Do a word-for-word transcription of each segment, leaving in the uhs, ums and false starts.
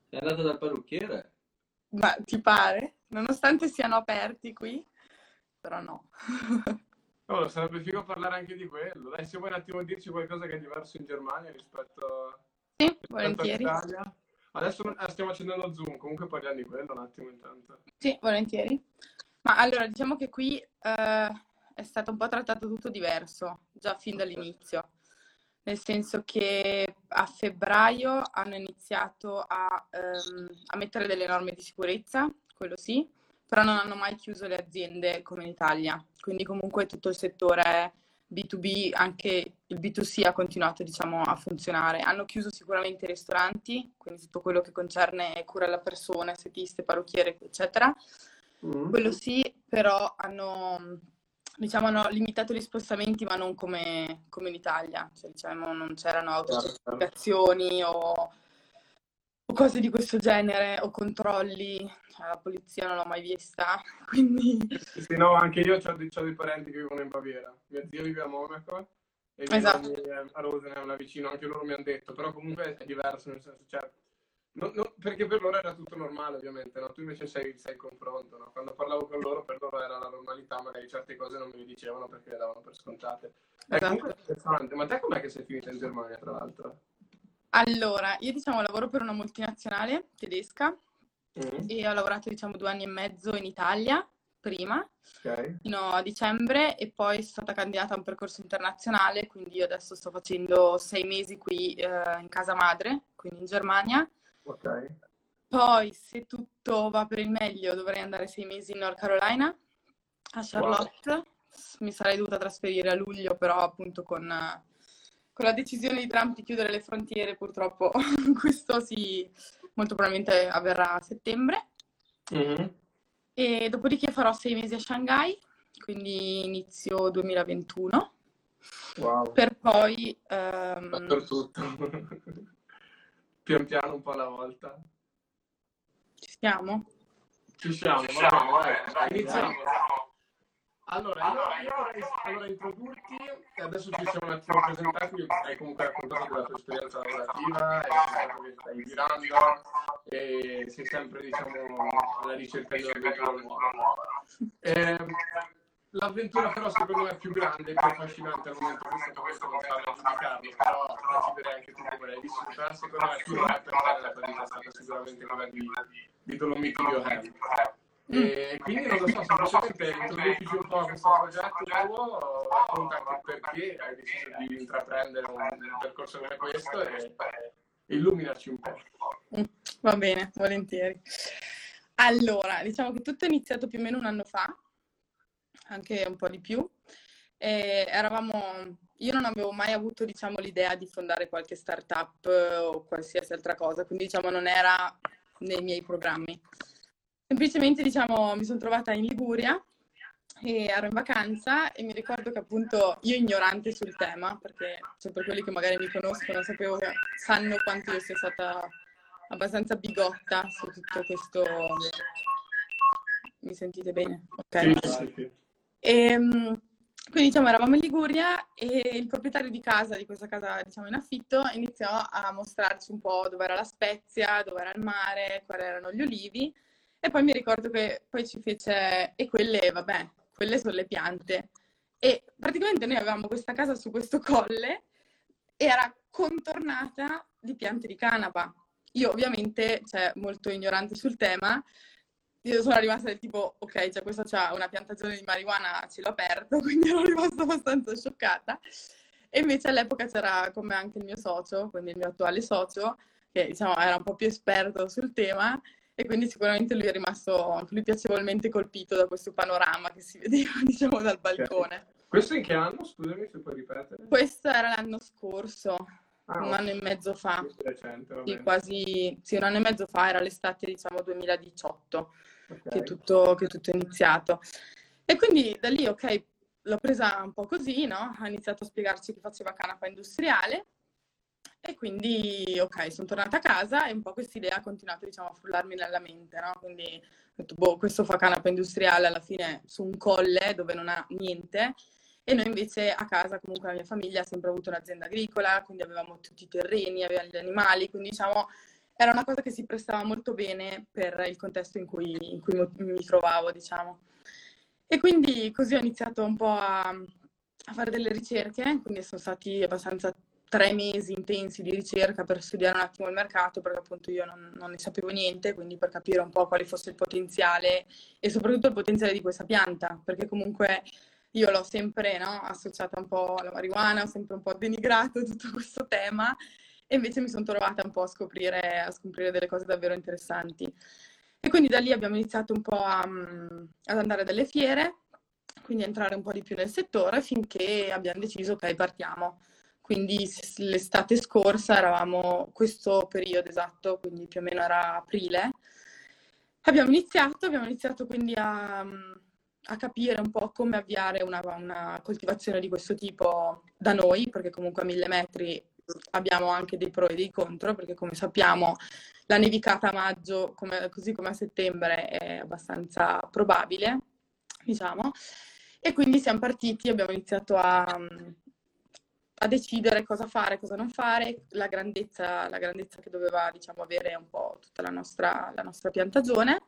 È andata dal parrucchiere? Ma ti pare? Nonostante siano aperti qui, però no. Oh, sarebbe figo parlare anche di quello. Dai, se vuoi un attimo dirci qualcosa che è diverso in Germania rispetto, Sì, rispetto volentieri. all'Italia. Adesso eh, stiamo accendendo Zoom, comunque parliamo di quello un attimo intanto. Sì, volentieri. Ma allora, diciamo che qui eh, è stato un po' trattato tutto diverso, già fin dall'inizio. Nel senso che a febbraio hanno iniziato a, ehm, a mettere delle norme di sicurezza, quello sì, però non hanno mai chiuso le aziende come in Italia. Quindi comunque tutto il settore B due B, anche il B due C ha continuato, diciamo, a funzionare. Hanno chiuso sicuramente i ristoranti, quindi tutto quello che concerne cura alla persona, estetiste, parrucchiere, eccetera. Mm. Quello sì, però hanno, diciamo, hanno limitato gli spostamenti, ma non come, come in Italia. Cioè, diciamo, non c'erano Chiaro, chiaro. autocertificazioni o, o cose di questo genere, o controlli. Cioè, la polizia non l'ho mai vista, quindi... Sì, sì, no, anche io ho dei, c'ho dei parenti che vivono in Baviera. Mio zio vive a Monaco e i miei Esatto. nonni a Rosenheim, là vicino, anche loro mi hanno detto, però comunque è diverso, nel senso, cioè, non- non- perché per loro era tutto normale, ovviamente, no? Tu invece sei, sei il confronto, no? Quando parlavo con loro, per loro era la normalità, magari certe cose non me le dicevano perché le davano per scontate. Eh, comunque è Esatto. interessante, ma te com'è che sei finita in Germania, tra l'altro? Allora, io diciamo lavoro per una multinazionale tedesca Mm, e ho lavorato diciamo due anni e mezzo in Italia prima, ok. fino a dicembre, e poi sono stata candidata a un percorso internazionale, quindi io adesso sto facendo sei mesi qui eh, in casa madre, quindi in Germania. Ok. Poi, se tutto va per il meglio, dovrei andare sei mesi in North Carolina, a Wow. Charlotte. Mi sarei dovuta trasferire a luglio, però appunto con, con la decisione di Trump di chiudere le frontiere, purtroppo questo sì, molto probabilmente avverrà a settembre. Mhm. E dopodiché farò sei mesi a Shanghai, quindi inizio duemilaventuno, Wow. per poi... ehm, Dappertutto. Pian piano, un po' alla volta. ci siamo? Ci siamo, Ci va siamo, bene, eh, dai, dai, iniziamo. iniziamo. Allora, io, Allora, io io, vorrei io allora, vorrei... introdurti, e adesso ci siamo un attimo presentati, hai comunque raccontato della tua esperienza lavorativa, hai raccontato che stai girando e sei sempre, diciamo, alla ricerca di un'avventura nuova. Ehm, L'avventura però secondo me è più grande e più affascinante al momento, questo ovviamente non stanno a giudicarlo, però facci vedere anche tu come l'hai vissuta, secondo me più non è per te nella tua vita, è stata sicuramente quella di, di Dolomiti Biohead. Mm. E quindi non lo so, semplicemente introducici un po' a questo progetto tuo, racconta anche il perché hai deciso di intraprendere un, un percorso come questo e illuminaci un po'. Mm, va bene, volentieri. Allora, diciamo che tutto è iniziato più o meno un anno fa, anche un po' di più. E eravamo, io non avevo mai avuto, diciamo, l'idea di fondare qualche startup eh, o qualsiasi altra cosa, quindi diciamo non era nei miei programmi. Semplicemente, diciamo, mi sono trovata in Liguria e ero in vacanza e mi ricordo che appunto io ignorante sul tema, perché cioè, per quelli che magari mi conoscono, sapevo che sanno quanto io sia stata abbastanza bigotta su tutto questo. Mi sentite bene? Sì, Ok. sì, sì. E, quindi diciamo eravamo in Liguria e il proprietario di casa, di questa casa diciamo in affitto, iniziò a mostrarci un po' dove era la Spezia, dove era il mare, quali erano gli olivi, e poi mi ricordo che poi ci fece, e quelle, vabbè, quelle sono le piante. E praticamente noi avevamo questa casa su questo colle e era contornata di piante di canapa. Io ovviamente, cioè, molto ignorante sul tema, io sono rimasta del tipo, ok, cioè questa c'ha una piantagione di marijuana a cielo aperto, quindi ero rimasta abbastanza scioccata. E invece all'epoca c'era come anche il mio socio, quindi il mio attuale socio, che diciamo era un po' più esperto sul tema, e quindi sicuramente lui è rimasto anche lui piacevolmente colpito da questo panorama che si vedeva, diciamo, dal Ok. balcone. Questo in che anno? Scusami se puoi ripetere. Questo era l'anno scorso, Ah, un ok. anno e mezzo fa. Molto recente, va Sì, bene. quasi, sì, un anno e mezzo fa, era l'estate, diciamo, duemiladiciotto, che Ok. tutto, che tutto è iniziato. E quindi da lì, ok, l'ho presa un po' così, no? Ha iniziato a spiegarci che faceva canapa industriale e quindi, ok, sono tornata a casa e un po' questa idea ha continuato, diciamo, a frullarmi nella mente, no? Quindi ho detto, boh, questo fa canapa industriale alla fine su un colle dove non ha niente. E noi invece a casa, comunque la mia famiglia ha sempre avuto un'azienda agricola, quindi avevamo tutti i terreni, avevamo gli animali, quindi diciamo era una cosa che si prestava molto bene per il contesto in cui, in cui mi trovavo, diciamo. E quindi così ho iniziato un po' a, a fare delle ricerche, quindi sono stati abbastanza tre mesi intensi di ricerca per studiare un attimo il mercato, perché appunto io non, non ne sapevo niente, quindi per capire un po' quale fosse il potenziale e soprattutto il potenziale di questa pianta, perché comunque io l'ho sempre, no, associata un po' alla marijuana, ho sempre un po' denigrato tutto questo tema, e invece mi sono trovata un po' a scoprire, a scoprire delle cose davvero interessanti. E quindi da lì abbiamo iniziato un po' a, ad andare a delle fiere, quindi a entrare un po' di più nel settore, finché abbiamo deciso, ok, partiamo. Quindi l'estate scorsa eravamo questo periodo esatto, quindi più o meno era aprile. Abbiamo iniziato, abbiamo iniziato quindi a, a capire un po' come avviare una, una coltivazione di questo tipo da noi, perché comunque a mille metri abbiamo anche dei pro e dei contro, perché come sappiamo la nevicata a maggio, come, così come a settembre, è abbastanza probabile, diciamo. E quindi siamo partiti, abbiamo iniziato a, a decidere cosa fare, cosa non fare, la grandezza, la grandezza che doveva, diciamo, avere un po' tutta la nostra, la nostra piantagione.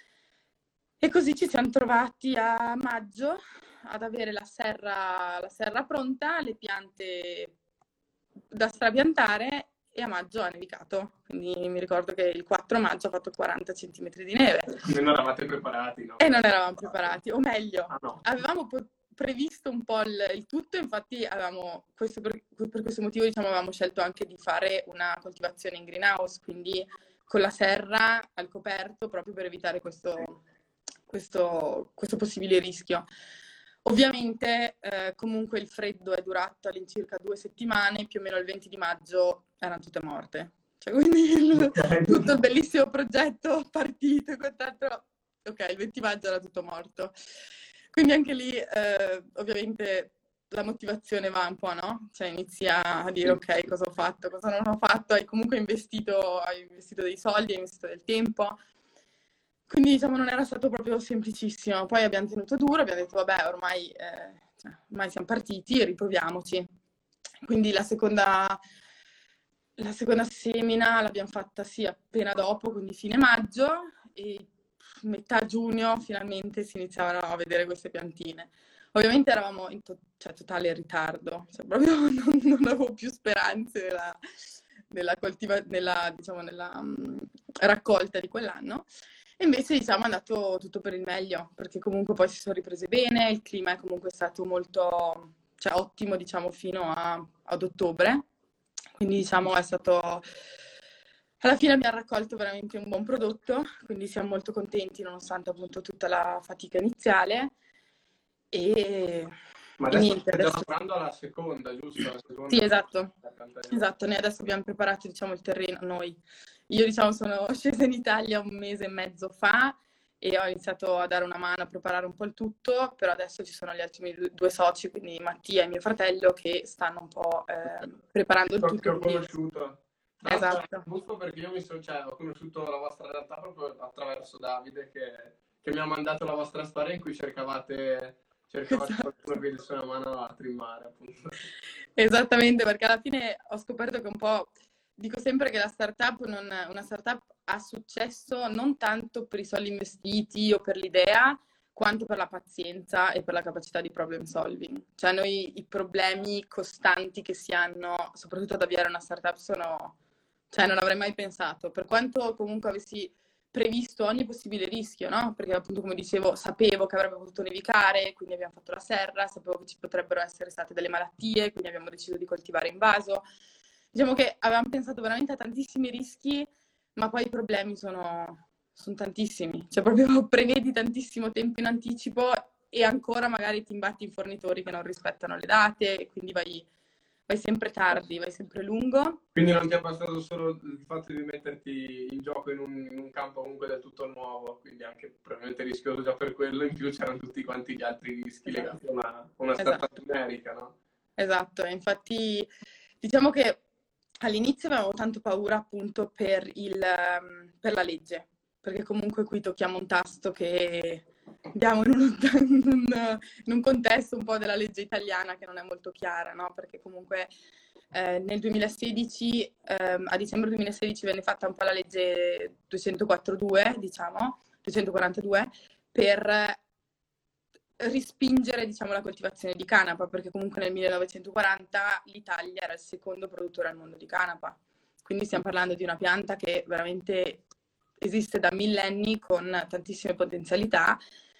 E così ci siamo trovati a maggio ad avere la serra, la serra pronta, le piante da strapiantare, e a maggio ha nevicato. Quindi mi ricordo che il quattro maggio ha fatto quaranta centimetri di neve. Quindi non eravate preparati, no? E non eravamo preparati, o meglio, ah, no. avevamo previsto un po' il, il tutto, infatti avevamo, questo per, per questo motivo diciamo avevamo scelto anche di fare una coltivazione in greenhouse, quindi con la serra al coperto, proprio per evitare questo, questo, questo possibile rischio. Ovviamente eh, comunque il freddo è durato all'incirca due settimane, più o meno il venti di maggio erano tutte morte. Cioè, quindi il, tutto il bellissimo progetto partito, quant'altro, ok, il venti maggio era tutto morto. Quindi anche lì eh, ovviamente la motivazione va un po', no? Cioè inizi a dire ok, cosa ho fatto, cosa non ho fatto, hai comunque investito, hai investito dei soldi, hai investito del tempo. Quindi diciamo non era stato proprio semplicissimo. Poi abbiamo tenuto duro, abbiamo detto vabbè ormai, eh, cioè, ormai siamo partiti, riproviamoci. Quindi la seconda, la seconda semina l'abbiamo fatta sì appena dopo, quindi fine maggio, e metà giugno finalmente si iniziavano a vedere queste piantine. Ovviamente eravamo in to- cioè, totale ritardo, cioè proprio non, non avevo più speranze nella, nella, coltiva- nella, diciamo, nella um, raccolta di quell'anno. E invece diciamo è andato tutto per il meglio, perché comunque poi si sono riprese bene, il clima è comunque stato molto, cioè ottimo diciamo fino a, ad ottobre, quindi diciamo è stato, alla fine abbiamo raccolto veramente un buon prodotto, quindi siamo molto contenti nonostante appunto tutta la fatica iniziale. E Ma adesso niente, stai adesso... lavorando alla seconda, giusto? La seconda Sì, esatto, esatto, noi adesso abbiamo preparato diciamo il terreno, noi. Io diciamo sono scesa in Italia un mese e mezzo fa e ho iniziato a dare una mano a preparare un po' il tutto, però adesso ci sono gli altri miei due soci, quindi Mattia e mio fratello, che stanno un po' eh, preparando il tutto. Che ho conosciuto. Esatto. Giusto perché io mi sono, cioè, ho conosciuto la vostra realtà proprio attraverso Davide che, che mi ha mandato la vostra storia in cui cercavate, cercavate esatto. qualcuno che vi desse una mano a trimmare, appunto. Esattamente, perché alla fine ho scoperto che un po'... Dico sempre che la startup, non, una startup ha successo non tanto per i soldi investiti o per l'idea, quanto per la pazienza e per la capacità di problem solving. Cioè noi i problemi costanti che si hanno, soprattutto ad avviare una startup, sono... Cioè non avrei mai pensato, per quanto comunque avessi previsto ogni possibile rischio, no? Perché appunto come dicevo sapevo che avrebbe potuto nevicare, quindi abbiamo fatto la serra, sapevo che ci potrebbero essere state delle malattie, quindi abbiamo deciso di coltivare in vaso. Diciamo che avevamo pensato veramente a tantissimi rischi, ma poi i problemi sono, sono tantissimi. Cioè proprio prevedi tantissimo tempo in anticipo e ancora magari ti imbatti in fornitori che non rispettano le date e quindi vai, vai sempre tardi, vai sempre lungo. Quindi non ti è passato solo il fatto di metterti in gioco in un, in un campo comunque del tutto nuovo, quindi anche probabilmente rischioso già per quello, in più c'erano tutti quanti gli altri rischi legati a una, una startup esatto. Generica, no? Esatto, infatti diciamo che all'inizio avevamo tanto paura appunto per, il, per la legge, perché comunque qui tocchiamo un tasto che andiamo in un, in, un, in un contesto un po' della legge italiana che non è molto chiara, no? Perché comunque Eh, nel duemilasedici, ehm, a dicembre duemilasedici venne fatta un po' la legge duecentoquarantadue, diciamo, duecentoquarantadue, per rispingere, diciamo, la coltivazione di canapa, perché comunque nel millenovecentoquaranta l'Italia era il secondo produttore al mondo di canapa. Quindi stiamo parlando di una pianta che veramente esiste da millenni con tantissime potenzialità.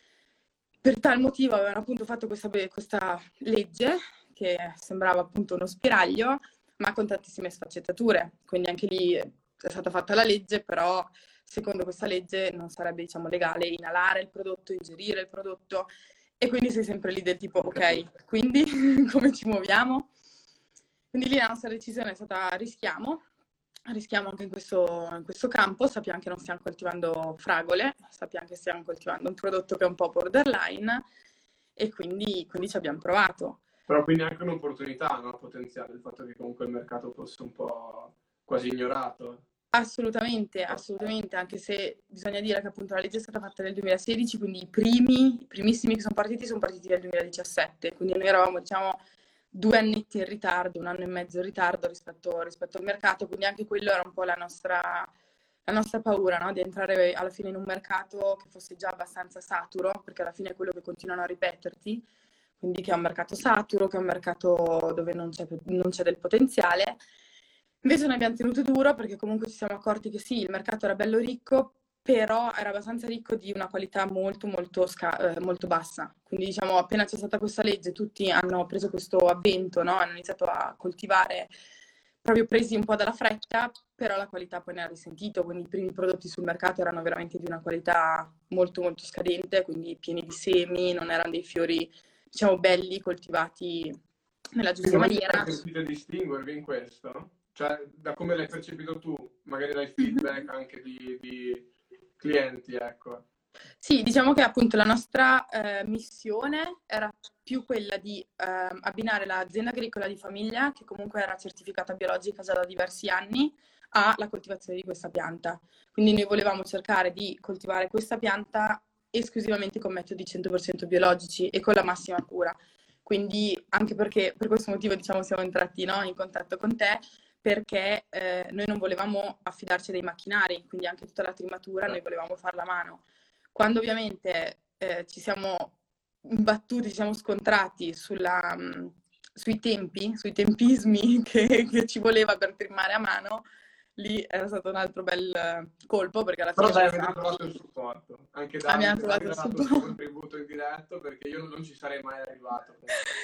Per tal motivo avevano appunto fatto questa, questa legge che sembrava appunto uno spiraglio, ma con tantissime sfaccettature. Quindi anche lì è stata fatta la legge, però secondo questa legge non sarebbe, diciamo, legale inalare il prodotto, ingerire il prodotto, e quindi sei sempre lì del tipo, ok, quindi come ci muoviamo? Quindi lì la nostra decisione è stata rischiamo, rischiamo anche in questo, in questo campo, sappiamo che non stiamo coltivando fragole, sappiamo che stiamo coltivando un prodotto che è un po' borderline, e quindi, quindi ci abbiamo provato. Però quindi anche un'opportunità, no? Potenziale, il fatto che comunque il mercato fosse un po' quasi ignorato. Assolutamente, assolutamente, anche se bisogna dire che appunto la legge è stata fatta nel duemilasedici, quindi i primi, i primissimi che sono partiti sono partiti nel duemiladiciassette, quindi noi eravamo, diciamo, due annetti in ritardo, un anno e mezzo in ritardo rispetto, rispetto al mercato, quindi anche quello era un po' la nostra, la nostra paura, no? Di entrare alla fine in un mercato che fosse già abbastanza saturo, perché alla fine è quello che continuano a ripeterti, quindi che è un mercato saturo, che è un mercato dove non c'è, non c'è del potenziale. Invece noi abbiamo tenuto duro perché comunque ci siamo accorti che sì, il mercato era bello ricco, però era abbastanza ricco di una qualità molto molto, sca- eh, molto bassa. Quindi diciamo appena c'è stata questa legge tutti hanno preso questo avvento, no? Hanno iniziato a coltivare proprio presi un po' dalla fretta, però la qualità poi ne ha risentito, quindi i primi prodotti sul mercato erano veramente di una qualità molto molto scadente, quindi pieni di semi, non erano dei fiori, diciamo, belli, coltivati nella giusta Quindi maniera. sei riuscito a distinguervi in questo? Cioè, da come l'hai percepito tu, magari dai feedback anche di, di clienti, ecco. Sì, diciamo che appunto la nostra eh, missione era più quella di eh, abbinare l'azienda agricola di famiglia, che comunque era certificata biologica già da diversi anni, alla coltivazione di questa pianta. Quindi noi volevamo cercare di coltivare questa pianta esclusivamente con metodi cento per cento biologici e con la massima cura. Quindi anche perché per questo motivo, diciamo, siamo entrati, no, in contatto con te, perché eh, noi non volevamo affidarci a dei macchinari, quindi anche tutta la trimatura noi volevamo farla a mano. Quando ovviamente eh, ci siamo imbattuti, ci siamo scontrati sulla, mh, sui tempi, sui tempismi che, che ci voleva per trimare a mano, lì era stato un altro bel colpo, perché alla Però fine dai, pensavo- avete trovato il supporto. Anche abbiamo Davide, trovato Davide il ha dato il suo supporto. contributo in diretto perché io non ci sarei mai arrivato.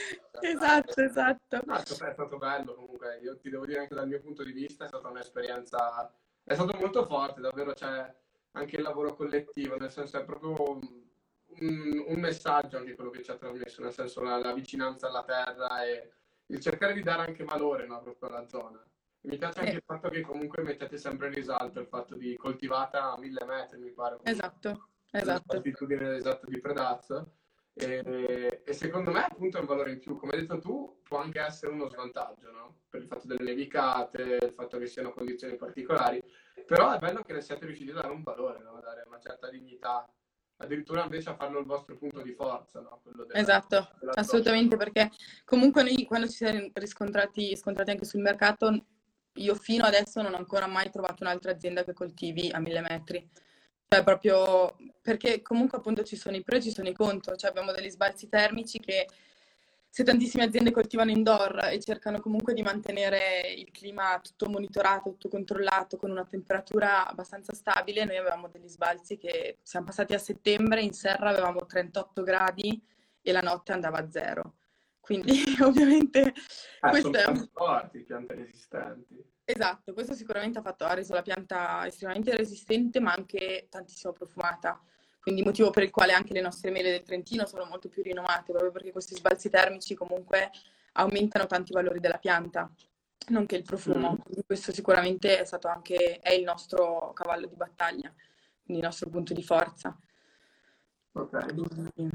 Esatto, esatto. No, è stato, è stato bello comunque. Io ti devo dire anche dal mio punto di vista è stata un'esperienza, è stato molto forte, davvero c'è anche il lavoro collettivo, nel senso è proprio un, un messaggio anche quello che ci ha trasmesso, nel senso la, la vicinanza alla terra e il cercare di dare anche valore, no, proprio alla zona. Mi piace anche Sì, il fatto che comunque mettete sempre in risalto il fatto di coltivata a mille metri, mi pare, esatto, esatto. nell'altitudine esatta di Predazzo. E, e secondo me appunto è un valore in più, come hai detto tu, può anche essere uno svantaggio, no? Per il fatto delle nevicate, il fatto che siano condizioni particolari, però è bello che ne siate riusciti a dare un valore, no? A dare una certa dignità, addirittura invece a farlo il vostro punto di forza, no? Quello della, Esatto, della assolutamente, perché comunque noi quando ci siamo riscontrati scontrati anche sul mercato, io fino adesso non ho ancora mai trovato un'altra azienda che coltivi a mille metri. Cioè proprio perché comunque appunto ci sono i pro e ci sono i contro, cioè abbiamo degli sbalzi termici che se tantissime aziende coltivano indoor e cercano comunque di mantenere il clima tutto monitorato, tutto controllato, con una temperatura abbastanza stabile, noi avevamo degli sbalzi che siamo passati a settembre, in serra avevamo trentotto gradi e la notte andava a zero. Quindi ovviamente eh, sono questo è un... piante forti, piante resistenti. Esatto, questo sicuramente ha, fatto, ha reso la pianta estremamente resistente, ma anche tantissimo profumata. Quindi motivo per il quale anche le nostre mele del Trentino sono molto più rinomate, proprio perché questi sbalzi termici comunque aumentano tanti valori della pianta, nonché il profumo. Mm. Quindi questo sicuramente è stato anche, è il nostro cavallo di battaglia, quindi il nostro punto di forza. Ok. Quindi...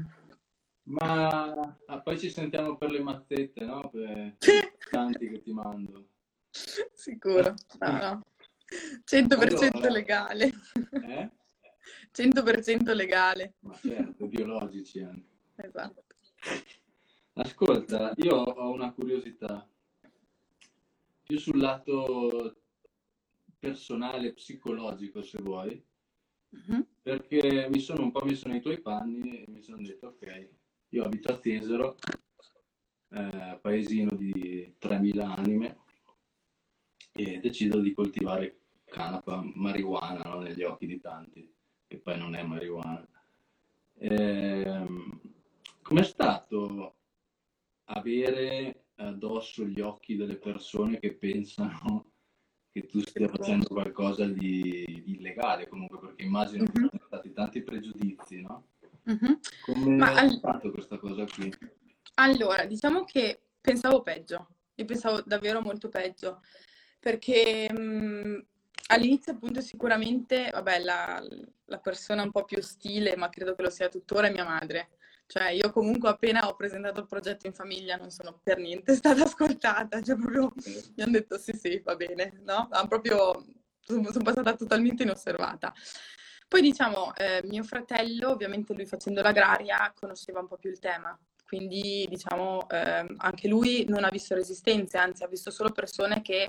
Ma ah, poi ci sentiamo per le mazzette, no? Per, per i canti che ti mando. Sicuro, no, no. cento per cento Allora, legale. eh? cento per cento legale. Ma certo, biologici anche. Esatto. Ascolta, io ho una curiosità. più sul lato personale, psicologico, se vuoi, Mhm. perché mi sono un po' messo nei tuoi panni e mi sono detto, ok, io abito a Tesero, eh, paesino di tremila anime, e decido di coltivare canapa, marijuana, no? Negli occhi di tanti, che poi non è marijuana. Ehm, com'è stato avere addosso gli occhi delle persone che pensano che tu stia facendo qualcosa di, di illegale comunque, perché immagino che ci Mhm. siano stati tanti pregiudizi, no? Mhm. Come Ma è al- fatto questa cosa qui? allora, diciamo che pensavo peggio, io pensavo davvero molto peggio, perché mh, all'inizio appunto sicuramente, vabbè, la, la persona un po' più ostile, ma credo che lo sia tuttora, è mia madre. Cioè, io comunque appena ho presentato il progetto in famiglia non sono per niente stata ascoltata, cioè proprio mi hanno detto sì sì, va bene, no? Ha proprio, sono, sono passata totalmente inosservata. Poi diciamo, eh, mio fratello, ovviamente lui facendo l'agraria, conosceva un po' più il tema, quindi diciamo ehm, anche lui non ha visto resistenze, anzi ha visto solo persone che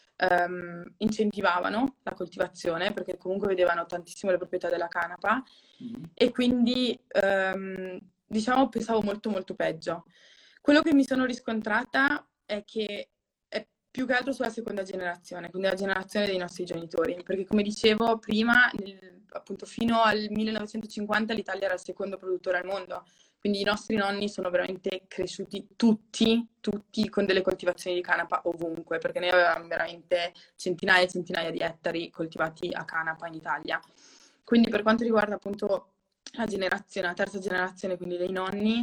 ehm, incentivavano la coltivazione, perché comunque vedevano tantissimo le proprietà della canapa Mm-hmm. e quindi ehm, diciamo pensavo molto molto peggio. Quello che mi sono riscontrata è che è più che altro sulla seconda generazione, quindi la generazione dei nostri genitori, perché come dicevo prima, nel- appunto fino al millenovecentocinquanta l'Italia era il secondo produttore al mondo, quindi i nostri nonni sono veramente cresciuti tutti, tutti con delle coltivazioni di canapa ovunque, perché noi avevamo veramente centinaia e centinaia di ettari coltivati a canapa in Italia. Quindi per quanto riguarda appunto la generazione, la terza generazione, quindi dei nonni,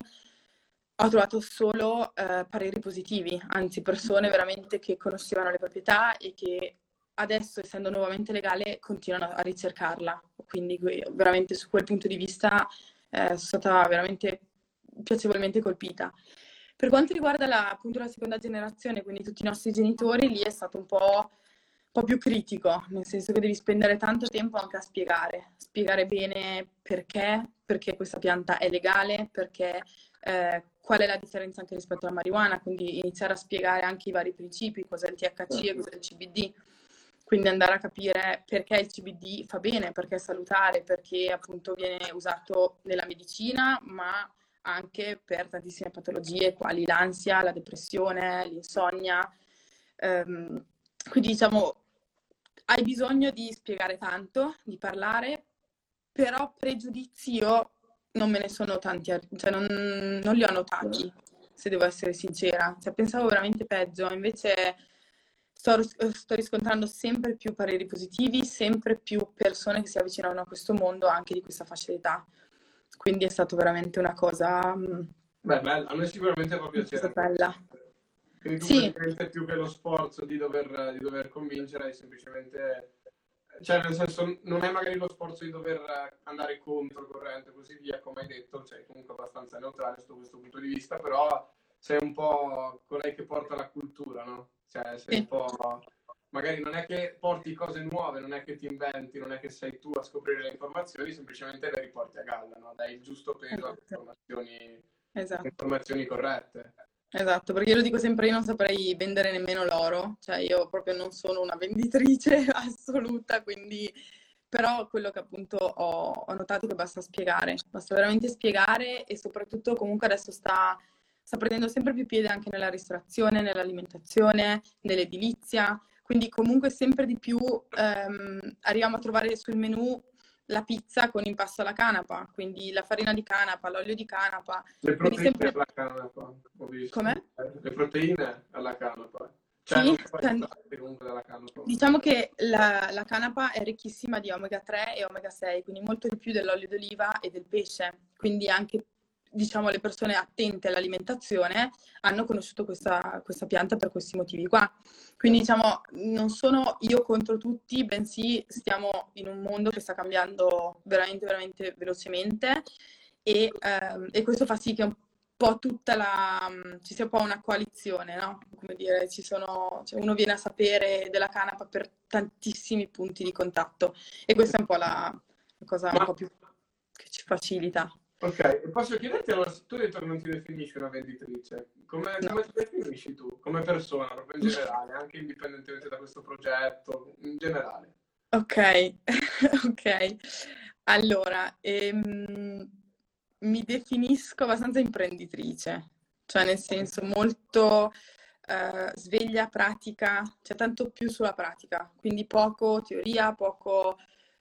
ho trovato solo eh, pareri positivi, anzi persone veramente che conoscevano le proprietà e che adesso, essendo nuovamente legale, continuano a ricercarla. Quindi que- veramente su quel punto di vista eh, sono stata veramente piacevolmente colpita. Per quanto riguarda la, appunto la seconda generazione, quindi tutti i nostri genitori, lì è stato un po', un po' più critico, nel senso che devi spendere tanto tempo anche a spiegare, spiegare bene perché, perché questa pianta è legale, perché eh, qual è la differenza anche rispetto alla marijuana, quindi iniziare a spiegare anche i vari principi, cos'è il T H C e cos'è il C B D, quindi andare a capire perché il C B D fa bene, perché è salutare, perché appunto viene usato nella medicina, ma anche per tantissime patologie quali l'ansia, la depressione, l'insonnia. Ehm, quindi diciamo, hai bisogno di spiegare tanto, di parlare, però pregiudizi io non me ne sono tanti, cioè non, non li ho notati, se devo essere sincera. Cioè, pensavo veramente peggio, invece sto, sto riscontrando sempre più pareri positivi, sempre più persone che si avvicinano a questo mondo anche di questa fascia d'età. Quindi è stato veramente una cosa, mh, Beh, bello, a noi sicuramente fa una piacere cosa anche questo. bella. Quindi tu Sì, praticamente più che lo sforzo di dover, di dover convincere, hai semplicemente, cioè nel senso non è magari lo sforzo di dover andare contro corrente e così via, come hai detto, sei comunque abbastanza neutrale sotto questo punto di vista, però sei un po' colei che porta la cultura, no? Cioè sei un sì, po', magari non è che porti cose nuove, non è che ti inventi, non è che sei tu a scoprire le informazioni, semplicemente le riporti a galla, no? Dai il giusto peso alle esatto, informazioni, alle esatto. informazioni corrette. Esatto, perché io lo dico sempre, io non saprei vendere nemmeno l'oro, cioè io proprio non sono una venditrice assoluta, quindi però quello che appunto ho, ho notato è che basta spiegare, basta veramente spiegare e soprattutto comunque adesso sta, sta prendendo sempre più piede anche nella ristorazione, nell'alimentazione, nell'edilizia, quindi comunque sempre di più ehm, arriviamo a trovare sul menù la pizza con impasto alla canapa, quindi la farina di canapa, l'olio di canapa, Le quindi proteine sempre... alla canapa, ho visto. Com'è? Le proteine alla canapa. Cioè non Sì, sono cioè, estratte comunque dalla canapa. diciamo che la, la canapa è ricchissima di omega tre e omega sei, quindi molto di più dell'olio d'oliva e del pesce. Quindi anche, diciamo, le persone attente all'alimentazione hanno conosciuto questa, questa pianta per questi motivi qua. Quindi, diciamo, non sono io contro tutti, bensì stiamo in un mondo che sta cambiando veramente, veramente velocemente e, ehm, e questo fa sì che un po' tutta la, ci sia un po' una coalizione, no? Come dire, ci sono, cioè uno viene a sapere della canapa per tantissimi punti di contatto e questa è un po' la, la cosa un Ma po' più che ci facilita. Ok, e posso chiederti, allora, tu hai detto che non ti definisci una venditrice, come, No. come ti definisci tu, come persona, proprio in generale, anche indipendentemente da questo progetto, in generale? Ok, ok. Allora, ehm, mi definisco abbastanza imprenditrice, cioè nel senso molto eh, sveglia, pratica, cioè tanto più sulla pratica, quindi poco teoria, poco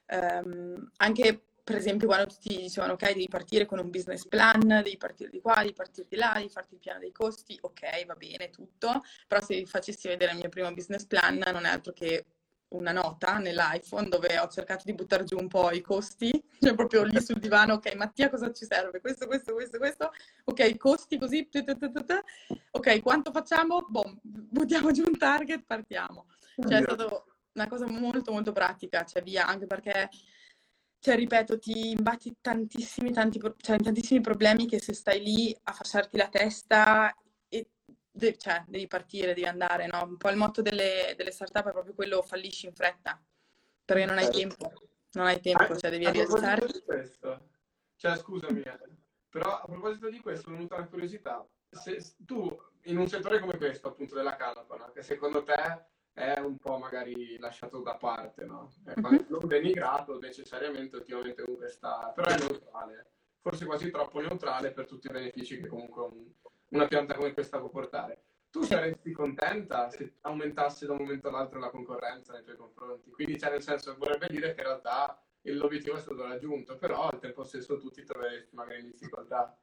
ehm, anche per esempio quando tutti dicevano ok, devi partire con un business plan, devi partire di qua, devi partire di là, devi farti il piano dei costi, ok, va bene, tutto, però se vi facessi vedere il mio primo business plan non è altro che una nota nell'iPhone dove ho cercato di buttare giù un po' i costi, cioè proprio lì sul divano, ok, Mattia cosa ci serve? Questo, questo, questo, questo, ok, costi così, tu, tu, tu, tu, tu. Ok, quanto facciamo? Boh, buttiamo giù un target, partiamo. Cioè è stata una cosa molto molto pratica, cioè via, anche perché, cioè ripeto, ti imbatti tantissimi, tanti, pro- cioè, in tantissimi problemi che se stai lì a fasciarti la testa e de- cioè, devi partire, devi andare, no? Un po' il motto delle, delle startup è proprio quello, fallisci in fretta, perché non hai tempo, non hai A, tempo, cioè devi a proposito rialzarti. di questo, cioè scusami, eh, però a proposito di questo è venuta una curiosità. Se se tu in un settore come questo, appunto della canapa, no, che secondo te è un po' magari lasciato da parte, no? Ecco, Mhm. non denigrato necessariamente, ultimamente comunque sta, però è neutrale, forse quasi troppo neutrale per tutti i benefici che comunque un- una pianta come questa può portare. Tu Sì. saresti contenta se aumentasse da un momento all'altro la concorrenza nei tuoi confronti? Quindi, cioè, nel senso, vorrebbe dire che in realtà l'obiettivo è stato raggiunto, però al tempo stesso tu ti troveresti magari in difficoltà.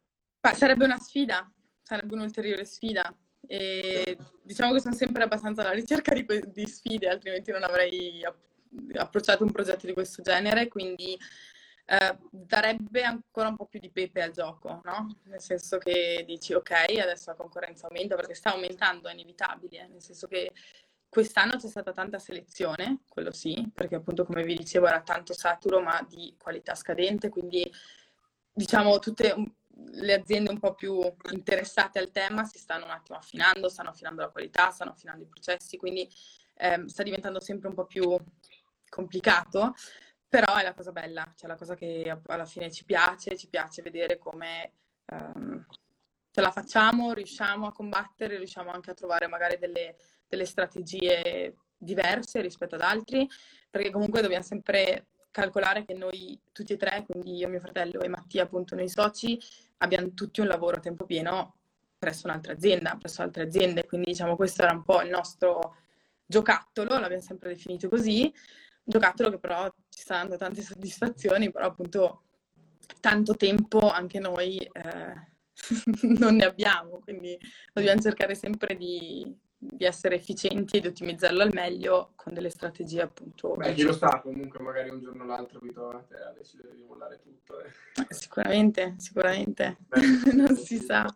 Ma sarebbe una sfida, sarebbe un'ulteriore sfida. E diciamo che sono sempre abbastanza alla ricerca di, que- di sfide, altrimenti non avrei app- approcciato un progetto di questo genere, quindi eh, darebbe ancora un po' più di pepe al gioco, no? Nel senso che dici ok, adesso la concorrenza aumenta perché sta aumentando, è inevitabile, eh, nel senso che quest'anno c'è stata tanta selezione, quello sì, perché appunto come vi dicevo era tanto saturo ma di qualità scadente, quindi diciamo tutte un- le aziende un po' più interessate al tema si stanno un attimo affinando, stanno affinando la qualità, stanno affinando i processi, quindi ehm, sta diventando sempre un po' più complicato, però è la cosa bella, cioè la cosa che alla fine ci piace, ci piace vedere come ehm, ce la facciamo, riusciamo a combattere, riusciamo anche a trovare magari delle, delle strategie diverse rispetto ad altri, perché comunque dobbiamo sempre calcolare che noi tutti e tre, quindi io, mio fratello e Mattia, appunto noi soci, abbiamo tutti un lavoro a tempo pieno presso un'altra azienda, presso altre aziende, quindi diciamo questo era un po' il nostro giocattolo, l'abbiamo sempre definito così, giocattolo che però ci sta dando tante soddisfazioni, però appunto tanto tempo anche noi eh, non ne abbiamo, quindi dobbiamo cercare sempre di, di essere efficienti e di ottimizzarlo al meglio con delle strategie appunto Beh, chi lo precise. sa, comunque magari un giorno o l'altro vi trovate a decidere di mollare tutto. eh. Sicuramente, sicuramente, Beh, non si sa.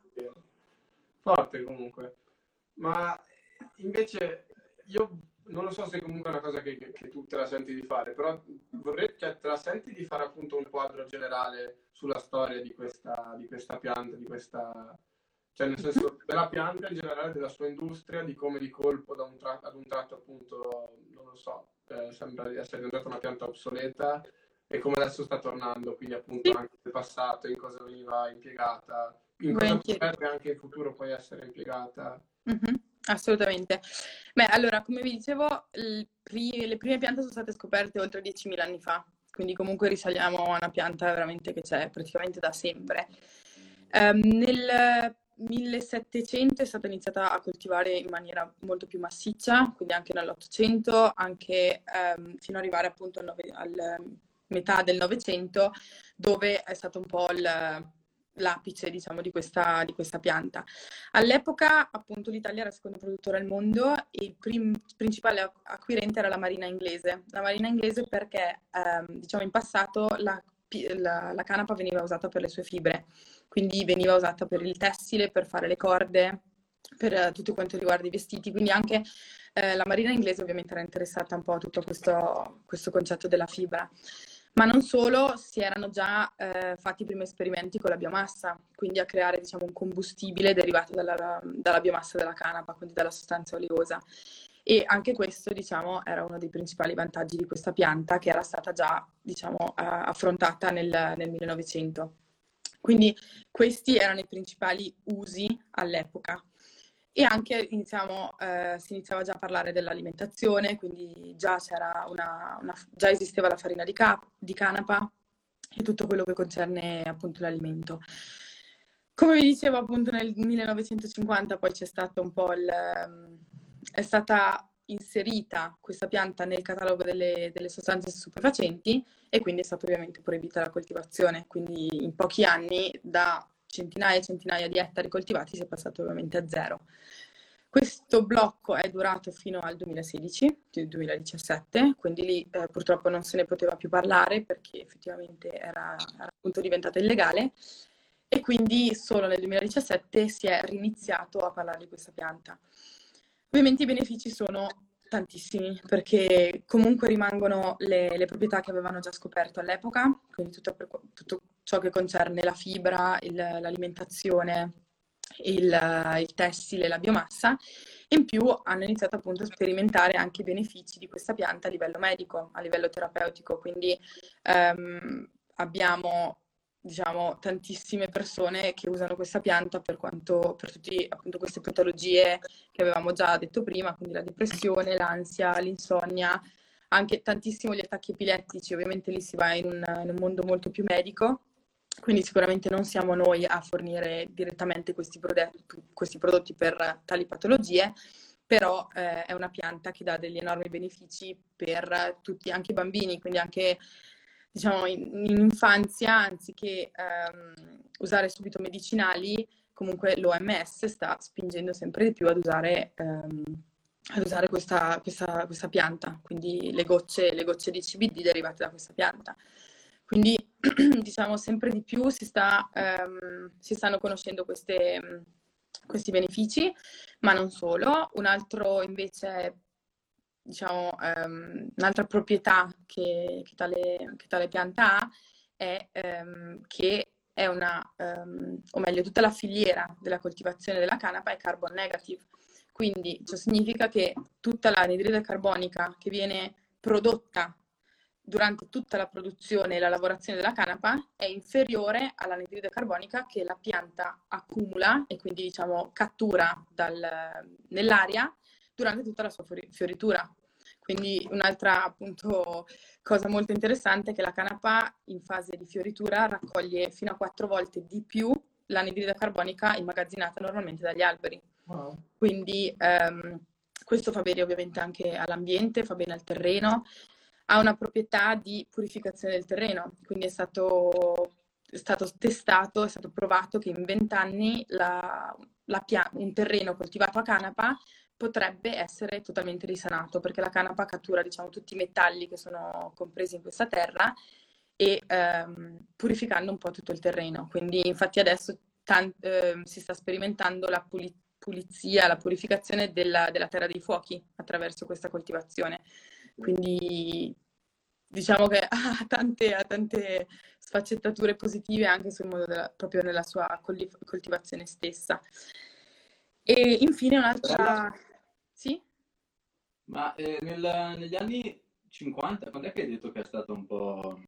forte comunque. Ma invece io non lo so se comunque è una cosa che, che- che tu te la senti di fare, però vorrei, cioè, te la senti di fare appunto un quadro generale sulla storia di questa, di questa pianta, di questa, cioè nel Mhm. senso della pianta in generale, della sua industria, di come di colpo da un tratto, ad un tratto appunto, non lo so, eh, sembra di essere diventata una pianta obsoleta e come adesso sta tornando, quindi appunto Sì, anche nel passato, in cosa veniva impiegata, in cosa volentieri. potrebbe anche in futuro poi essere impiegata. Mhm, assolutamente. Beh, allora, come vi dicevo, il pri- le prime piante sono state scoperte oltre diecimila anni fa, quindi comunque risaliamo a una pianta veramente che c'è praticamente da sempre. Ehm, nel millesettecento è stata iniziata a coltivare in maniera molto più massiccia, quindi anche nell'Ottocento, anche ehm, fino ad arrivare appunto al, nove- al metà del Novecento, dove è stato un po' il- l'apice, diciamo, di questa, di questa pianta. All'epoca, appunto, l'Italia era il secondo produttore al mondo e il prim- principale ac- acquirente era la marina inglese. La marina inglese perché, ehm, diciamo, in passato la, pi- la- la canapa veniva usata per le sue fibre, quindi veniva usata per il tessile, per fare le corde, per eh, tutto quanto riguarda i vestiti, quindi anche eh, la marina inglese ovviamente era interessata un po' a tutto questo, questo concetto della fibra. Ma non solo, si erano già eh, fatti i primi esperimenti con la biomassa, quindi a creare diciamo, un combustibile derivato dalla, dalla biomassa della canapa, quindi dalla sostanza oleosa. E anche questo, diciamo, era uno dei principali vantaggi di questa pianta che era stata già, diciamo, affrontata nel, nel millenovecento. Quindi questi erano i principali usi all'epoca. E anche iniziamo, eh, si iniziava già a parlare dell'alimentazione, quindi già, c'era una, una, già esisteva la farina di, cap, di canapa e tutto quello che concerne appunto l'alimento. Come vi dicevo, appunto nel millenovecentocinquanta poi c'è stato un po' il... è stata inserita questa pianta nel catalogo delle, delle sostanze stupefacenti e quindi è stata ovviamente proibita la coltivazione. Quindi in pochi anni da centinaia e centinaia di ettari coltivati si è passato ovviamente a zero. Questo blocco è durato fino al duemilasedici, duemiladiciassette, quindi lì eh, purtroppo non se ne poteva più parlare perché effettivamente era, era appunto diventata illegale e quindi solo nel duemiladiciassette si è riniziato a parlare di questa pianta. Ovviamente i benefici sono tantissimi perché comunque rimangono le, le proprietà che avevano già scoperto all'epoca, quindi tutto, per, tutto ciò che concerne la fibra, il, l'alimentazione, il, il tessile, la biomassa. In più hanno iniziato appunto a sperimentare anche i benefici di questa pianta a livello medico, a livello terapeutico, quindi ehm, abbiamo diciamo tantissime persone che usano questa pianta per quanto per tutte appunto queste patologie che avevamo già detto prima, quindi la depressione, l'ansia, l'insonnia, anche tantissimo gli attacchi epilettici. Ovviamente lì si va in un, in un mondo molto più medico, quindi sicuramente non siamo noi a fornire direttamente questi, prode- questi prodotti per tali patologie, però eh, è una pianta che dà degli enormi benefici per tutti, anche i bambini, quindi anche diciamo in, in infanzia, anziché ehm, usare subito medicinali, comunque l'O M S sta spingendo sempre di più ad usare, ehm, ad usare questa, questa, questa pianta, quindi le gocce, le gocce di C B D derivate da questa pianta. Quindi diciamo sempre di più si, sta, ehm, si stanno conoscendo queste, questi benefici, ma non solo. Un altro invece, diciamo, um, un'altra proprietà che, che, tale, che tale pianta ha è um, che è una, um, o meglio, tutta la filiera della coltivazione della canapa è carbon negative. Quindi ciò significa che tutta l'anidride carbonica che viene prodotta durante tutta la produzione e la lavorazione della canapa è inferiore all'anidride carbonica che la pianta accumula e quindi diciamo cattura dal, nell'aria durante tutta la sua fioritura. Quindi un'altra appunto cosa molto interessante è che la canapa in fase di fioritura raccoglie fino a quattro volte di più l'anidride carbonica immagazzinata normalmente dagli alberi. Wow. Quindi ehm, questo fa bene ovviamente anche all'ambiente, fa bene al terreno, ha una proprietà di purificazione del terreno, quindi è stato, è stato testato, è stato provato che in vent'anni la, la pia- un terreno coltivato a canapa potrebbe essere totalmente risanato, perché la canapa cattura diciamo tutti i metalli che sono compresi in questa terra e ehm, purificando un po' tutto il terreno. Quindi infatti adesso tan- eh, si sta sperimentando la pulizia pulizia, la purificazione della, della terra dei fuochi attraverso questa coltivazione. Quindi diciamo che ha tante, ha tante sfaccettature positive anche sul modo della, proprio nella sua coltivazione stessa. E infine un'altra... Sì? Ma eh, nel, negli anni cinquanta, quando è che hai detto che è stato un po'...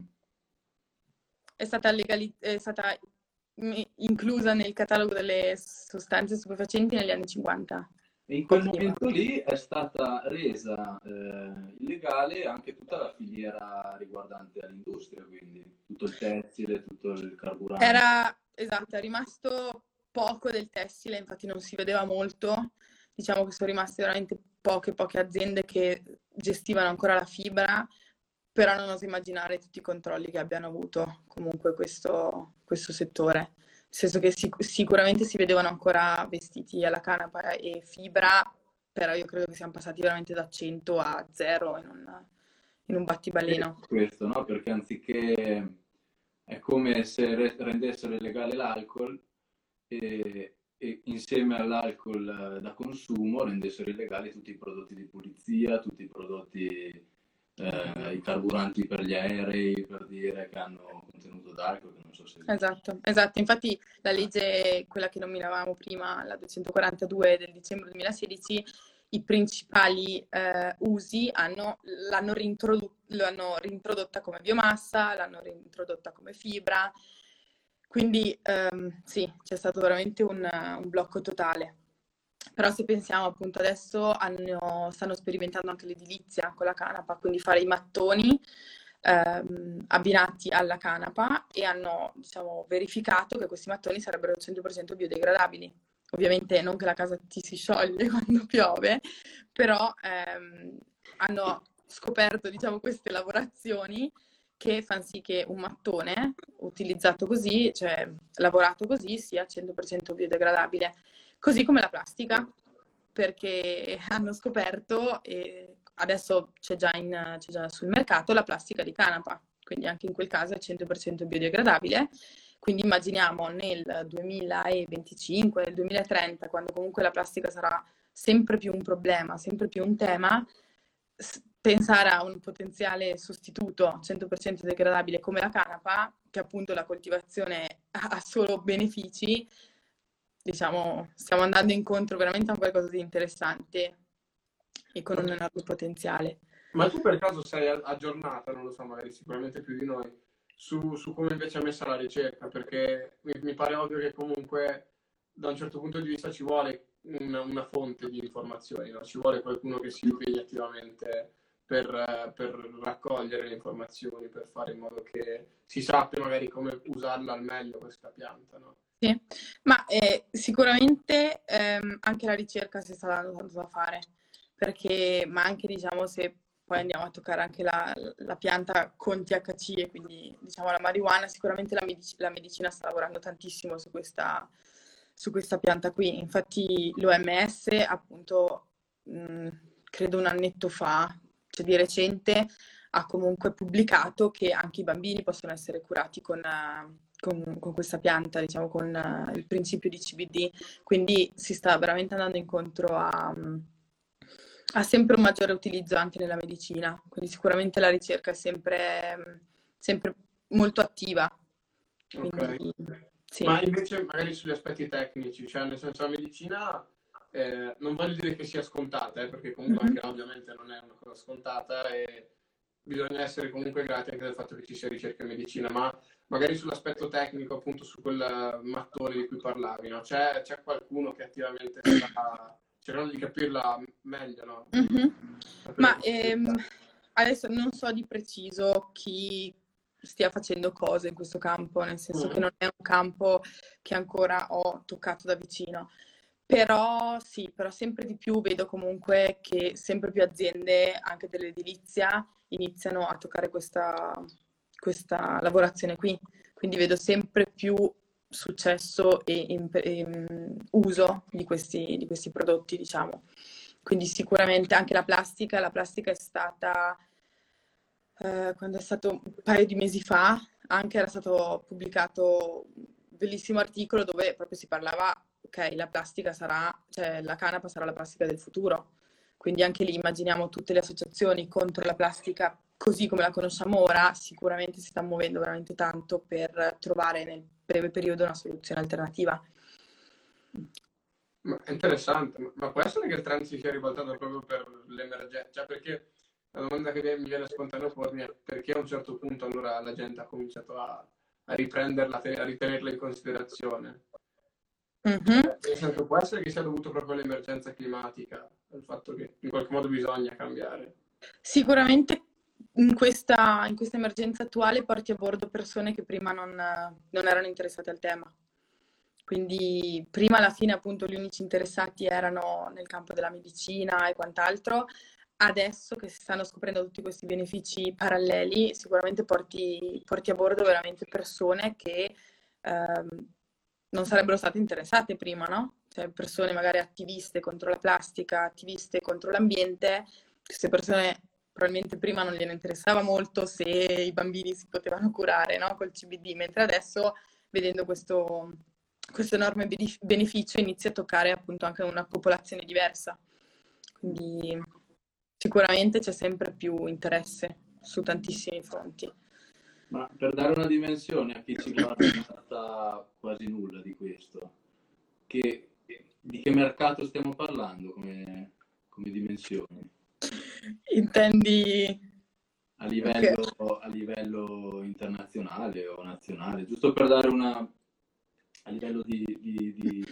È stata, legali- è stata inclusa nel catalogo delle sostanze stupefacenti negli anni cinquanta. E in quel momento lì è stata resa eh, illegale anche tutta la filiera riguardante all'industria, quindi tutto il tessile, tutto il carburante. Era, esatto, è rimasto poco del tessile, infatti non si vedeva molto. Diciamo che sono rimaste veramente poche, poche aziende che gestivano ancora la fibra, però non oso immaginare tutti i controlli che abbiano avuto comunque questo, questo settore. Nel senso che sic- sicuramente si vedevano ancora vestiti alla canapa e fibra, però io credo che siamo passati veramente da cento a zero in un, in un battibaleno. Questo, no? Perché anziché è come se re- rendessero illegale l'alcol e, e insieme all'alcol da consumo rendessero illegali tutti i prodotti di pulizia, tutti i prodotti... Eh, i carburanti per gli aerei, per dire, che hanno contenuto d'alcol, che non so se... Esatto, esatto. Infatti la legge, quella che nominavamo prima, la duecentoquarantadue del dicembre duemilasedici, i principali eh, usi hanno, l'hanno, reintrodu- l'hanno reintrodotta come biomassa, l'hanno reintrodotta come fibra, Quindi ehm, sì, c'è stato veramente un, un blocco totale. Però se pensiamo appunto adesso hanno, stanno sperimentando anche l'edilizia con la canapa, quindi fare i mattoni ehm, abbinati alla canapa, e hanno, diciamo, verificato che questi mattoni sarebbero cento per cento biodegradabili. Ovviamente non che la casa ti si scioglie quando piove, però ehm, hanno scoperto, diciamo, queste lavorazioni che fanno sì che un mattone utilizzato così, cioè lavorato così, sia cento per cento biodegradabile. Così come la plastica, perché hanno scoperto, e adesso c'è già, in, c'è già sul mercato, la plastica di canapa, quindi anche in quel caso è cento per cento biodegradabile. Quindi immaginiamo nel duemilaventicinque, nel duemilatrenta, quando comunque la plastica sarà sempre più un problema, sempre più un tema, pensare a un potenziale sostituto cento per cento degradabile come la canapa, che appunto la coltivazione ha solo benefici, diciamo, stiamo andando incontro veramente a un qualcosa di interessante e con un enorme potenziale. Ma tu per caso sei aggiornata, non lo so, magari sicuramente più di noi, su, su come invece è messa la ricerca? Perché mi, mi pare ovvio che comunque da un certo punto di vista ci vuole una, una fonte di informazioni, no? Ci vuole qualcuno che si impegni attivamente per, per raccogliere le informazioni, per fare in modo che si sappia magari come usarla al meglio questa pianta, no? Sì, ma eh, sicuramente ehm, anche la ricerca si sta dando tanto da fare, perché, ma anche diciamo se poi andiamo a toccare anche la, la pianta con T H C, e quindi diciamo la marijuana, sicuramente la, medic- la medicina sta lavorando tantissimo su questa, su questa pianta qui. Infatti l'O M S appunto, mh, credo un annetto fa, cioè di recente, ha comunque pubblicato che anche i bambini possono essere curati con... Uh, Con, con questa pianta, diciamo, con uh, il principio di C B D, quindi si sta veramente andando incontro a, a sempre un maggiore utilizzo anche nella medicina, quindi sicuramente la ricerca è sempre, sempre molto attiva. Quindi, Ok. sì. Ma invece magari sugli aspetti tecnici, cioè nel senso la medicina, eh, non voglio dire che sia scontata, eh, perché comunque Mm-hmm. anche ovviamente non è una cosa scontata e bisogna essere comunque grati anche del fatto che ci sia ricerca in medicina, ma magari sull'aspetto tecnico, appunto su quel mattone di cui parlavi, no? C'è, c'è qualcuno che attivamente sta cercando di capirla meglio, no? Mm-hmm. Capire Ma la ehm, possibilità. adesso non so di preciso chi stia facendo cose in questo campo, nel senso che Mm. non è un campo che ancora ho toccato da vicino. Però sì, però sempre di più vedo comunque che sempre più aziende, anche dell'edilizia, iniziano a toccare questa, questa lavorazione qui. Quindi vedo sempre più successo e, in- e, mm, uso di questi, di questi prodotti, diciamo. Quindi sicuramente anche la plastica, la plastica è stata, eh, quando è stato un paio di mesi fa, anche era stato pubblicato un bellissimo articolo dove proprio si parlava, ok, la plastica sarà, cioè la canapa sarà la plastica del futuro. Quindi anche lì immaginiamo tutte le associazioni contro la plastica così come la conosciamo ora, sicuramente si sta muovendo veramente tanto per trovare nel breve periodo una soluzione alternativa. Ma è interessante, ma, ma può essere che il trend si sia ribaltato proprio per l'emergenza? Cioè, perché la domanda che mi viene spontaneo pormi è perché a un certo punto allora la gente ha cominciato a, a riprenderla, a ritenerla in considerazione? Mhm. Cioè, nel senso, può essere che sia dovuto proprio all'emergenza climatica, al fatto che in qualche modo bisogna cambiare. Sicuramente in questa, in questa emergenza attuale porti a bordo persone che prima non, non erano interessate al tema. Quindi prima alla fine appunto gli unici interessati erano nel campo della medicina e quant'altro. Adesso che si stanno scoprendo tutti questi benefici paralleli, sicuramente porti, porti a bordo veramente persone che ehm, non sarebbero state interessate prima, no? Cioè persone magari attiviste contro la plastica, attiviste contro l'ambiente. Queste persone probabilmente prima non gliene interessava molto se i bambini si potevano curare, no? Col C B D, mentre adesso, vedendo questo, questo enorme beneficio, inizia a toccare appunto anche una popolazione diversa. Quindi sicuramente c'è sempre più interesse su tantissimi fronti. Ma per dare una dimensione a chi ci guarda in realtà quasi nulla di questo, che, di che mercato stiamo parlando come, come dimensioni? Intendi A livello, a livello internazionale o nazionale, giusto per dare una, a livello di... di, di...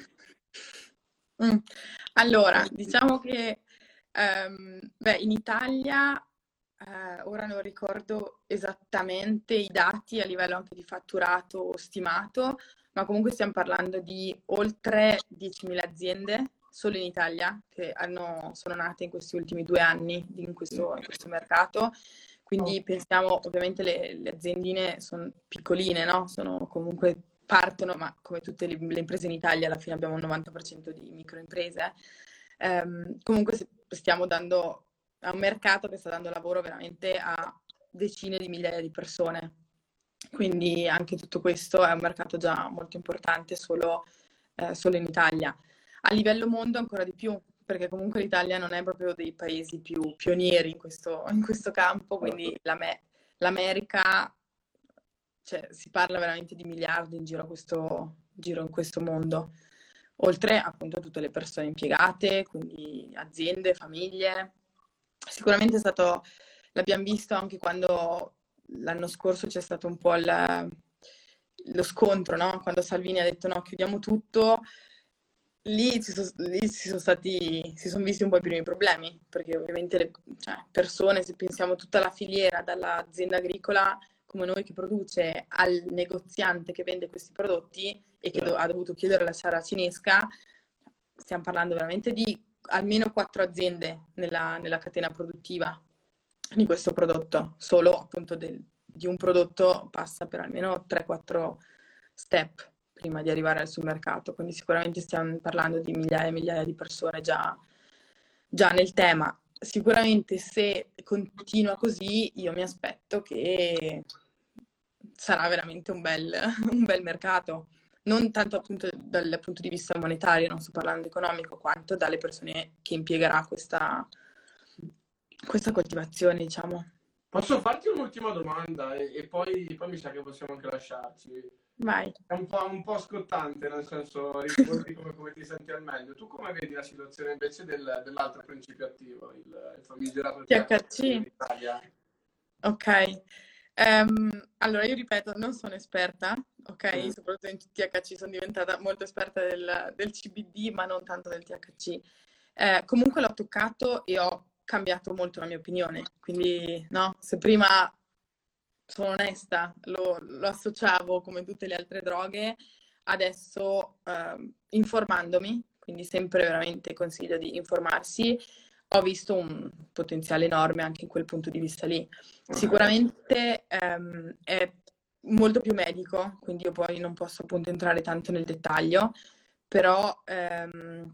Mm. Allora, diciamo che ehm, beh, in Italia, eh, ora non ricordo esattamente i dati a livello anche di fatturato stimato, ma comunque stiamo parlando di oltre diecimila aziende solo in Italia che hanno, sono nate in questi ultimi due anni in questo, in questo mercato. Quindi pensiamo, ovviamente le, le aziendine sono piccoline, no? Sono comunque partono, ma come tutte le, le imprese in Italia alla fine abbiamo un novanta per cento di microimprese. Ehm, comunque stiamo dando a un mercato che sta dando lavoro veramente a decine di migliaia di persone. Quindi anche tutto questo è un mercato già molto importante solo, eh, solo in Italia. A livello mondo ancora di più, perché comunque l'Italia non è proprio dei paesi più pionieri in questo, in questo campo, quindi l'Ame- l'America, cioè, si parla veramente di miliardi in giro, a questo, giro in questo mondo, oltre appunto a tutte le persone impiegate, quindi aziende, famiglie. Sicuramente è stato, l'abbiamo visto anche quando l'anno scorso c'è stato un po' il, lo scontro, no? Quando Salvini ha detto no, chiudiamo tutto, lì si sono, lì si sono stati, si sono visti un po' i primi problemi, perché ovviamente le cioè, persone, se pensiamo tutta la filiera, dall'azienda agricola come noi che produce al negoziante che vende questi prodotti e che do- ha dovuto chiudere la sala cinesca, stiamo parlando veramente di almeno quattro aziende nella, nella catena produttiva di questo prodotto. Solo appunto del, di un prodotto passa per almeno tre quattro step prima di arrivare sul mercato, quindi sicuramente stiamo parlando di migliaia e migliaia di persone già, già nel tema. Sicuramente se continua così io mi aspetto che sarà veramente un bel, un bel mercato, non tanto appunto dal punto di vista monetario, non sto parlando economico, quanto dalle persone che impiegherà questa, questa coltivazione, diciamo. Posso farti un'ultima domanda e, e poi, poi mi sa che possiamo anche lasciarci. Vai. È un po', un po' scottante, nel senso, rispondi come, come ti senti al meglio. Tu come vedi la situazione invece del, dell'altro principio attivo, il, il famigerato T H C. in Italia? Ok. Ehm, allora, io ripeto, non sono esperta, ok? Mm. Soprattutto in T H C sono diventata molto esperta del, del C B D, ma non tanto del T H C. Eh, comunque l'ho toccato e ho cambiato molto la mia opinione. Quindi, no, se prima sono onesta, lo, lo associavo come tutte le altre droghe, adesso ehm, informandomi, quindi sempre veramente consiglio di informarsi, ho visto un potenziale enorme anche in quel punto di vista lì. Sicuramente ehm, è molto più medico, quindi io poi non posso appunto entrare tanto nel dettaglio, però ehm,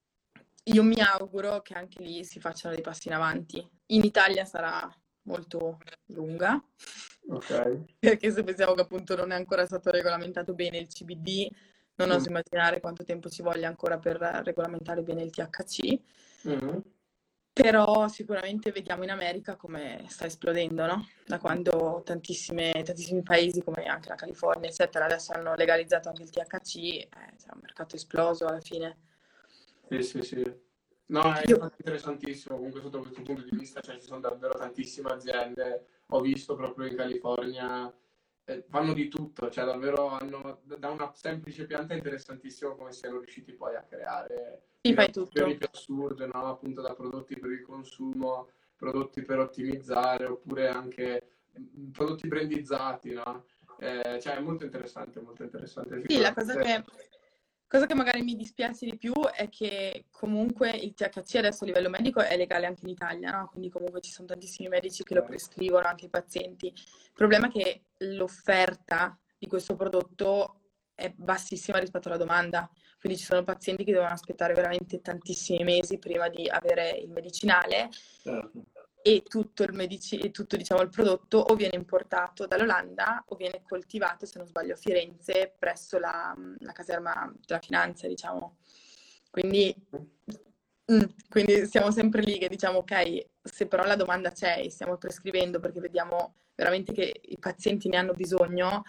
io mi auguro che anche lì si facciano dei passi in avanti. In Italia sarà molto lunga, Ok. perché se pensiamo che appunto non è ancora stato regolamentato bene il C B D, non oso immaginare quanto tempo ci voglia ancora per regolamentare bene il T H C. Mm. Però sicuramente vediamo in America come sta esplodendo, no? Da quando tantissime, tantissimi paesi, come anche la California, eccetera, adesso hanno legalizzato anche il T H C, eh, c'è un mercato esploso alla fine. Sì, sì, sì. No, è Io- interessantissimo, comunque sotto questo punto di vista, cioè ci sono davvero tantissime aziende, ho visto proprio in California, eh, fanno di tutto, cioè davvero hanno, da una semplice pianta è interessantissimo come siano riusciti poi a creare Sì, fai tutto. innovazioni più assurde, no? Appunto da prodotti per il consumo, prodotti per ottimizzare, oppure anche mm, prodotti brandizzati, no? Eh, cioè è molto interessante, molto interessante. Sì, la cosa che, cosa che magari mi dispiace di più è che comunque il T H C adesso a livello medico è legale anche in Italia, no? Quindi comunque ci sono tantissimi medici che lo prescrivono anche ai pazienti. Il problema è che l'offerta di questo prodotto è bassissima rispetto alla domanda, quindi ci sono pazienti che devono aspettare veramente tantissimi mesi prima di avere il medicinale. Certo. E tutto il, medici- e tutto, diciamo, il prodotto o viene importato dall'Olanda o viene coltivato, se non sbaglio, a Firenze presso la, la caserma della finanza, diciamo. Quindi, mm, quindi siamo sempre lì che diciamo, ok, se però la domanda c'è e stiamo prescrivendo perché vediamo veramente che i pazienti ne hanno bisogno,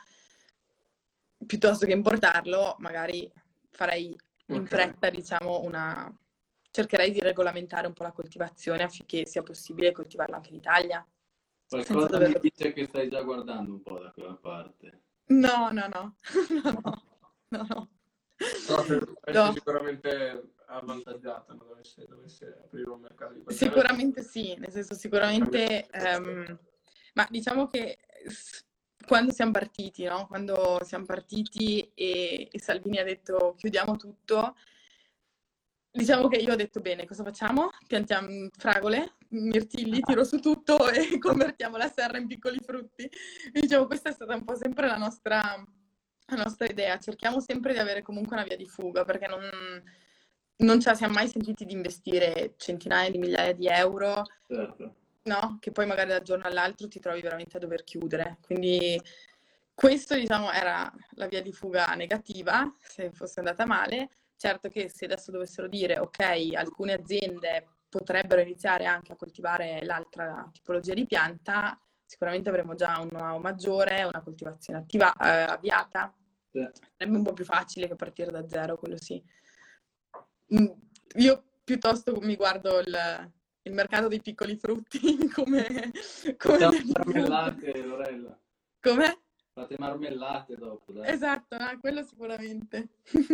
piuttosto che importarlo, magari farei in Ok. fretta, diciamo, una... cercherei di regolamentare un po' la coltivazione affinché sia possibile coltivarla anche in Italia. senza Qualcosa doverlo... mi dice che stai già guardando un po' da quella parte. No, no, no, no, no. no, no. No, per essere No. sicuramente avvantaggiata, no? dovesse, dovesse aprire un mercato di quel Sicuramente sì, nel senso sicuramente, ehm, ma diciamo che s- quando siamo partiti, no? Quando siamo partiti e, e Salvini ha detto chiudiamo tutto, diciamo che io ho detto bene, cosa facciamo? Piantiamo fragole, mirtilli, tiro su tutto e convertiamo la serra in piccoli frutti. Quindi diciamo, questa è stata un po' sempre la nostra, la nostra idea, cerchiamo sempre di avere comunque una via di fuga, perché non, non ce la siamo mai sentiti di investire centinaia di migliaia di euro, Certo. no? Che poi magari dal giorno all'altro ti trovi veramente a dover chiudere. Quindi questo, diciamo, era la via di fuga negativa, se fosse andata male. Certo che se adesso dovessero dire, ok, alcune aziende potrebbero iniziare anche a coltivare l'altra tipologia di pianta, sicuramente avremo già un know-how maggiore, una coltivazione attiva, eh, avviata. Sì. Sarebbe un po' più facile che partire da zero, quello sì. Mm, Io piuttosto mi guardo il, il mercato dei piccoli frutti come, come Facciamo via di fuga. marmellate, Lorella. Come? Fate marmellate dopo, dai. Esatto, no, quello sicuramente.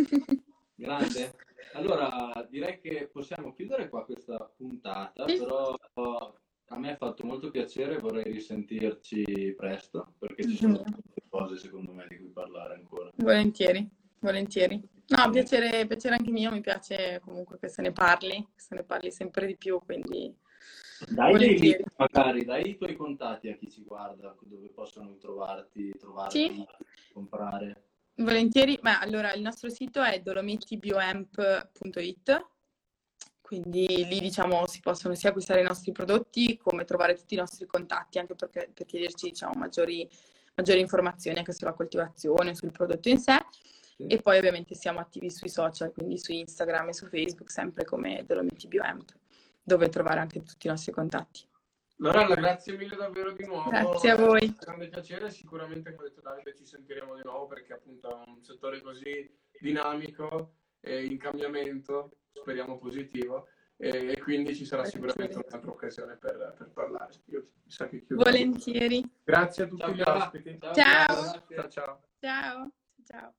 Grande. Allora, direi che possiamo chiudere qua questa puntata, Sì. però a me ha fatto molto piacere, vorrei risentirci presto, perché ci sono tante cose secondo me di cui parlare ancora. Volentieri, volentieri. No, piacere, piacere anche mio, mi piace comunque che se ne parli, che se ne parli sempre di più, quindi Dai dei volentieri. link magari, dai i tuoi contatti a chi ci guarda, dove possono trovarti, trovarti, Sì. comprare. Volentieri, ma allora il nostro sito è dolomitibioamp punto it, quindi lì diciamo si possono sia acquistare i nostri prodotti come trovare tutti i nostri contatti, anche perché, per chiederci diciamo maggiori, maggiori informazioni anche sulla coltivazione, sul prodotto in sé. Sì. E poi ovviamente siamo attivi sui social, quindi su Instagram e su Facebook, sempre come Dolomitibioamp, dove trovare anche tutti i nostri contatti. Lorella, grazie mille davvero di nuovo. Grazie a voi. È un grande piacere, sicuramente come ha detto Davide ci sentiremo di nuovo perché appunto è un settore così dinamico e in cambiamento, speriamo positivo, e, e quindi ci sarà sicuramente un'altra occasione per, per parlare. Io mi sa che chiudo. Volentieri. Grazie a tutti Ciao, gli ciao. ospiti. Ciao. Ciao. Ciao ciao. Ciao. Ciao.